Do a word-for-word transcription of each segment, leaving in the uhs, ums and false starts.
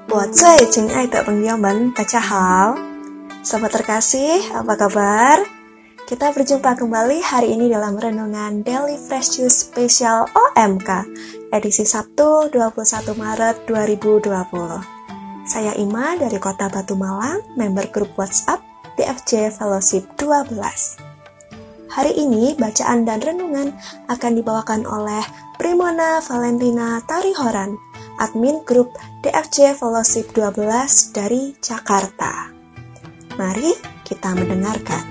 我最亲爱的朋友们，大家好. Sobat terkasih, apa kabar? Kita berjumpa kembali hari ini dalam renungan Daily Fresh Juice spesial O M K, edisi Sabtu dua puluh satu Maret dua ribu dua puluh. Saya Ima dari Kota Batu Malang, member grup WhatsApp D F J Fellowship dua belas. Hari ini bacaan dan renungan akan dibawakan oleh Primona Valentina Tarihoran, admin grup D F J Fellowship dua belas dari Jakarta. Mari kita mendengarkan.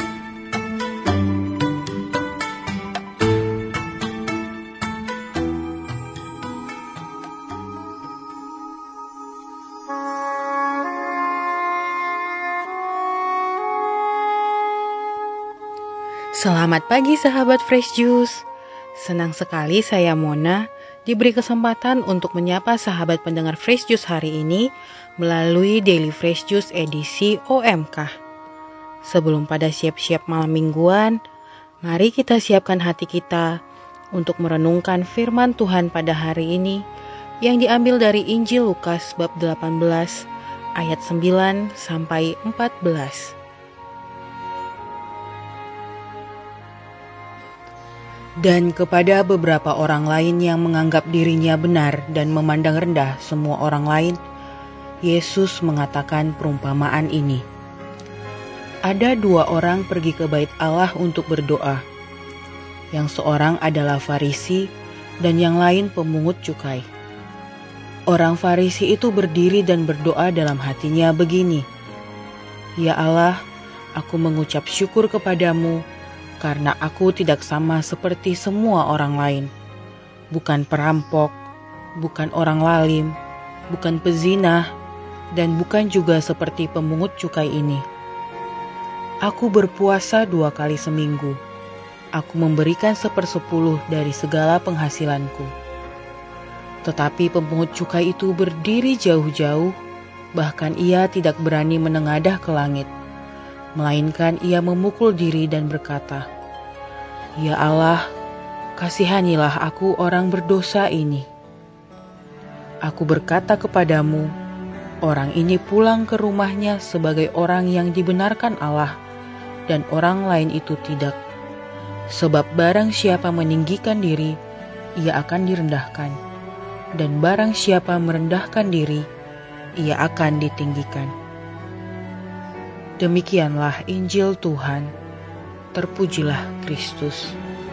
Selamat pagi sahabat Fresh Juice. Senang sekali saya Mona diberi kesempatan untuk menyapa sahabat pendengar Fresh Juice hari ini melalui Daily Fresh Juice edisi O M K. Sebelum pada siap-siap malam mingguan, mari kita siapkan hati kita untuk merenungkan firman Tuhan pada hari ini yang diambil dari Injil Lukas bab delapan belas ayat sembilan sampai empat belas. Dan kepada beberapa orang lain yang menganggap dirinya benar dan memandang rendah semua orang lain, Yesus mengatakan perumpamaan ini. Ada dua orang pergi ke bait Allah untuk berdoa. Yang seorang adalah Farisi dan yang lain pemungut cukai. Orang Farisi itu berdiri dan berdoa dalam hatinya begini, "Ya Allah, aku mengucap syukur kepadamu, karena aku tidak sama seperti semua orang lain. Bukan perampok, bukan orang lalim, bukan pezina, dan bukan juga seperti pemungut cukai ini. Aku berpuasa dua kali seminggu. Aku memberikan sepersepuluh dari segala penghasilanku." Tetapi pemungut cukai itu berdiri jauh-jauh, bahkan ia tidak berani menengadah ke langit. Melainkan ia memukul diri dan berkata, "Ya Allah, kasihanilah aku orang berdosa ini." Aku berkata kepadamu, orang ini pulang ke rumahnya sebagai orang yang dibenarkan Allah, dan orang lain itu tidak. Sebab barang siapa meninggikan diri, ia akan direndahkan, dan barang siapa merendahkan diri, ia akan ditinggikan. Demikianlah Injil Tuhan. Terpujilah Kristus.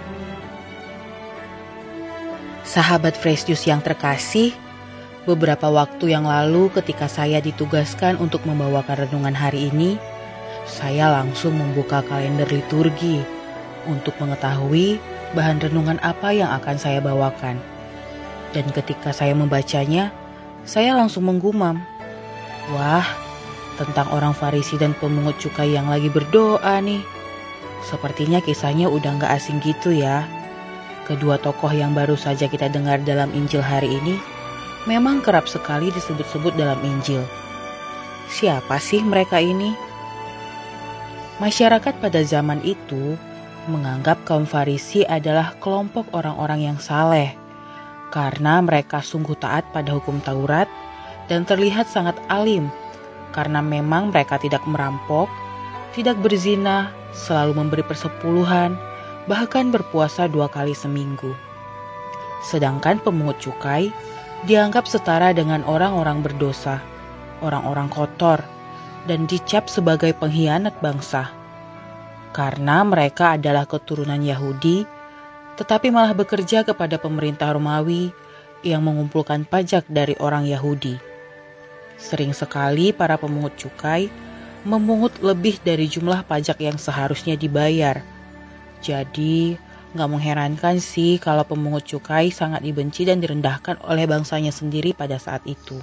Sahabat Fresh Juice yang terkasih, beberapa waktu yang lalu ketika saya ditugaskan untuk membawakan renungan hari ini, saya langsung membuka kalender liturgi untuk mengetahui bahan renungan apa yang akan saya bawakan. Dan ketika saya membacanya, saya langsung menggumam, "Wah, tentang orang Farisi dan pemungut cukai yang lagi berdoa nih. Sepertinya kisahnya udah gak asing gitu ya. Kedua tokoh yang baru saja kita dengar dalam Injil hari ini memang kerap sekali disebut-sebut dalam Injil. Siapa sih mereka ini?" Masyarakat pada zaman itu menganggap kaum Farisi adalah kelompok orang-orang yang saleh, karena mereka sungguh taat pada hukum Taurat dan terlihat sangat alim, karena memang mereka tidak merampok, tidak berzina, selalu memberi persepuluhan, bahkan berpuasa dua kali seminggu. Sedangkan pemungut cukai dianggap setara dengan orang-orang berdosa, orang-orang kotor, dan dicap sebagai pengkhianat bangsa. Karena mereka adalah keturunan Yahudi, tetapi malah bekerja kepada pemerintah Romawi yang mengumpulkan pajak dari orang Yahudi. Sering sekali para pemungut cukai memungut lebih dari jumlah pajak yang seharusnya dibayar. Jadi, gak mengherankan sih kalau pemungut cukai sangat dibenci dan direndahkan oleh bangsanya sendiri pada saat itu.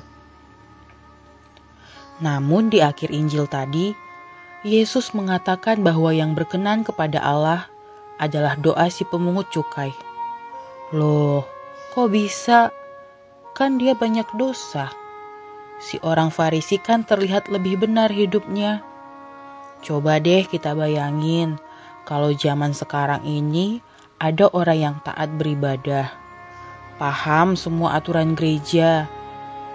Namun di akhir Injil tadi, Yesus mengatakan bahwa yang berkenan kepada Allah adalah doa si pemungut cukai. Loh, kok bisa? Kan dia banyak dosa. Si orang Farisi kan terlihat lebih benar hidupnya. Coba deh kita bayangin, kalau zaman sekarang ini ada orang yang taat beribadah, paham semua aturan gereja,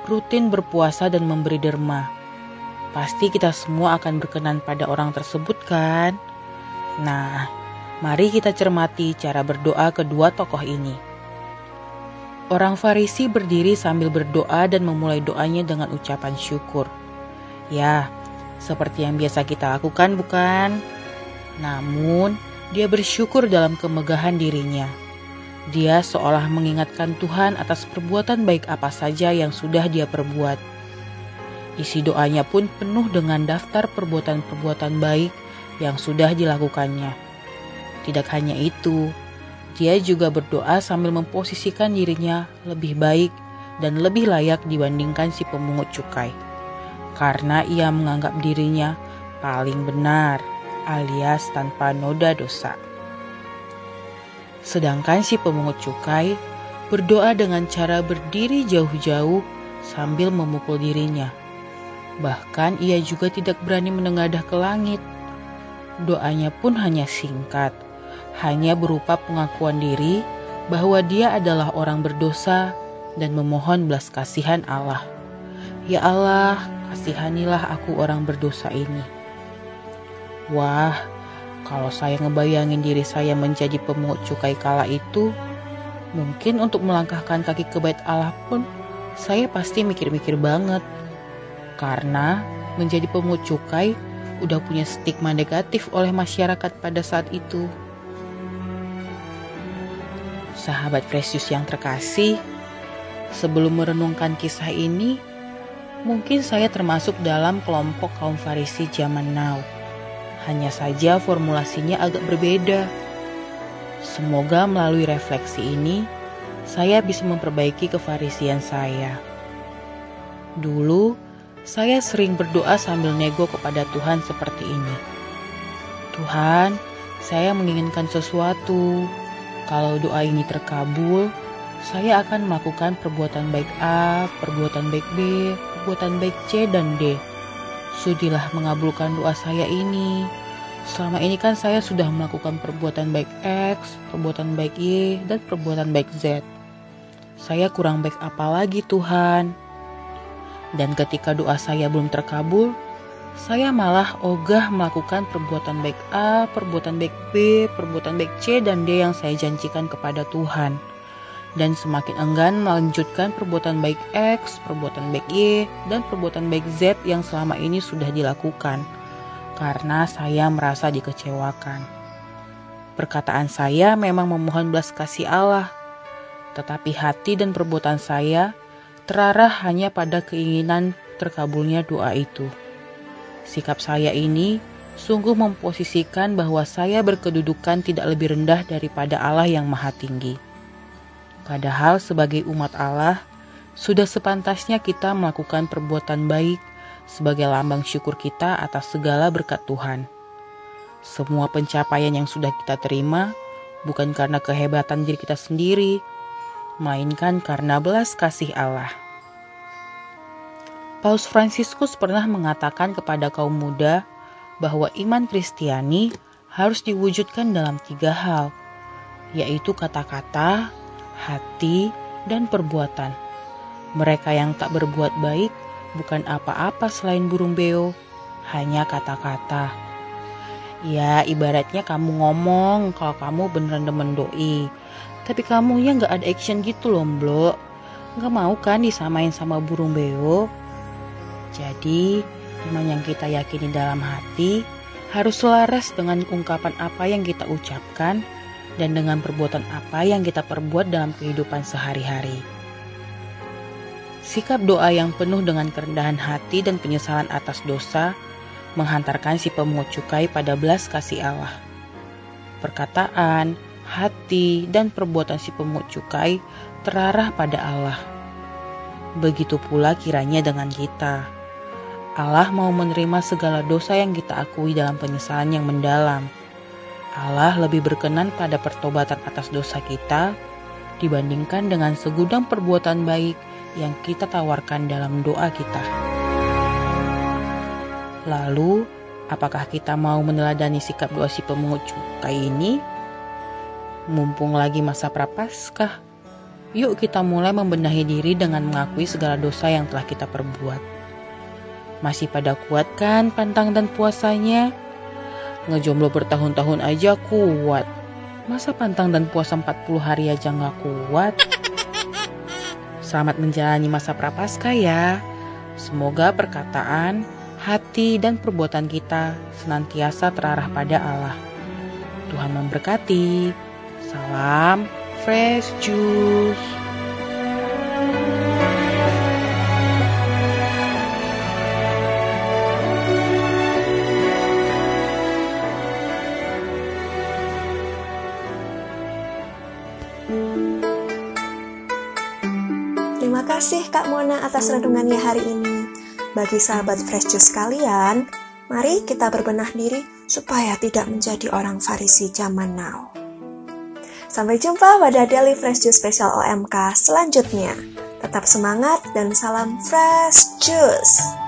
rutin berpuasa dan memberi derma. Pasti kita semua akan berkenan pada orang tersebut kan? Nah, mari kita cermati cara berdoa kedua tokoh ini. Orang Farisi berdiri sambil berdoa dan memulai doanya dengan ucapan syukur. Ya, seperti yang biasa kita lakukan bukan? Namun, dia bersyukur dalam kemegahan dirinya. Dia seolah mengingatkan Tuhan atas perbuatan baik apa saja yang sudah dia perbuat. Isi doanya pun penuh dengan daftar perbuatan-perbuatan baik yang sudah dilakukannya. Tidak hanya itu, dia juga berdoa sambil memposisikan dirinya lebih baik dan lebih layak dibandingkan si pemungut cukai. Karena ia menganggap dirinya paling benar, alias tanpa noda dosa. Sedangkan si pemungut cukai berdoa dengan cara berdiri jauh-jauh sambil memukul dirinya. Bahkan ia juga tidak berani menengadah ke langit. Doanya pun hanya singkat, hanya berupa pengakuan diri bahwa dia adalah orang berdosa dan memohon belas kasihan Allah. Ya Allah, kasihanilah aku orang berdosa ini. Wah, kalau saya ngebayangin diri saya menjadi pemungut cukai kala itu, mungkin untuk melangkahkan kaki ke bait Allah pun saya pasti mikir-mikir banget. Karena menjadi pemungut cukai udah punya stigma negatif oleh masyarakat pada saat itu. Sahabat Precious yang terkasih, sebelum merenungkan kisah ini, mungkin saya termasuk dalam kelompok kaum Farisi zaman now. Hanya saja formulasinya agak berbeda. Semoga melalui refleksi ini, saya bisa memperbaiki kefarisian saya. Dulu, saya sering berdoa sambil nego kepada Tuhan seperti ini. Tuhan, saya menginginkan sesuatu. Kalau doa ini terkabul, saya akan melakukan perbuatan baik A, perbuatan baik B, perbuatan baik C dan D. Sudilah mengabulkan doa saya ini. Selama ini kan saya sudah melakukan perbuatan baik X, perbuatan baik Y, dan perbuatan baik Z. Saya kurang baik apa lagi Tuhan? Dan ketika doa saya belum terkabul, saya malah ogah melakukan perbuatan baik A, perbuatan baik B, perbuatan baik C, dan D yang saya janjikan kepada Tuhan. Dan semakin enggan melanjutkan perbuatan baik X, perbuatan baik Y, dan perbuatan baik Z yang selama ini sudah dilakukan. Karena saya merasa dikecewakan. Perkataan saya memang memohon belas kasih Allah, tetapi hati dan perbuatan saya terarah hanya pada keinginan terkabulnya doa itu. Sikap saya ini sungguh memposisikan bahwa saya berkedudukan tidak lebih rendah daripada Allah yang Maha Tinggi. Padahal sebagai umat Allah, sudah sepantasnya kita melakukan perbuatan baik sebagai lambang syukur kita atas segala berkat Tuhan. Semua pencapaian yang sudah kita terima bukan karena kehebatan diri kita sendiri, melainkan karena belas kasih Allah. Paus Fransiskus pernah mengatakan kepada kaum muda bahwa iman Kristiani harus diwujudkan dalam tiga hal, yaitu kata-kata, hati, dan perbuatan. Mereka yang tak berbuat baik bukan apa-apa selain burung beo, hanya kata-kata. Ya, ibaratnya kamu ngomong kalau kamu beneran demen doi, tapi kamunya gak ada action gitu loh, Mbok. Gak mau kan disamain sama burung beo? Jadi, iman yang kita yakini dalam hati harus selaras dengan ungkapan apa yang kita ucapkan dan dengan perbuatan apa yang kita perbuat dalam kehidupan sehari-hari. Sikap doa yang penuh dengan kerendahan hati dan penyesalan atas dosa menghantarkan si pemungut cukai pada belas kasih Allah. Perkataan, hati, dan perbuatan si pemungut cukai terarah pada Allah. Begitu pula kiranya dengan kita. Allah mau menerima segala dosa yang kita akui dalam penyesalan yang mendalam. Allah lebih berkenan pada pertobatan atas dosa kita dibandingkan dengan segudang perbuatan baik yang kita tawarkan dalam doa kita. Lalu, apakah kita mau meneladani sikap doa si pemungut cukai ini? Mumpung lagi masa Prapaskah, Yuk kita mulai membenahi diri dengan mengakui segala dosa yang telah kita perbuat. Masih pada kuat kan pantang dan puasanya? Ngejomblo bertahun-tahun aja kuat. Masa pantang dan puasa empat puluh hari aja gak kuat? Selamat menjalani masa prapaskah ya. Semoga perkataan, hati, dan perbuatan kita senantiasa terarah pada Allah. Tuhan memberkati. Salam Fresh Juice. Terima kasih Kak Mona atas renungannya hari ini. Bagi sahabat Fresh Juice sekalian, mari kita berbenah diri supaya tidak menjadi orang Farisi zaman now. Sampai jumpa pada Daily Fresh Juice Special O M K selanjutnya. Tetap semangat dan salam Fresh Juice.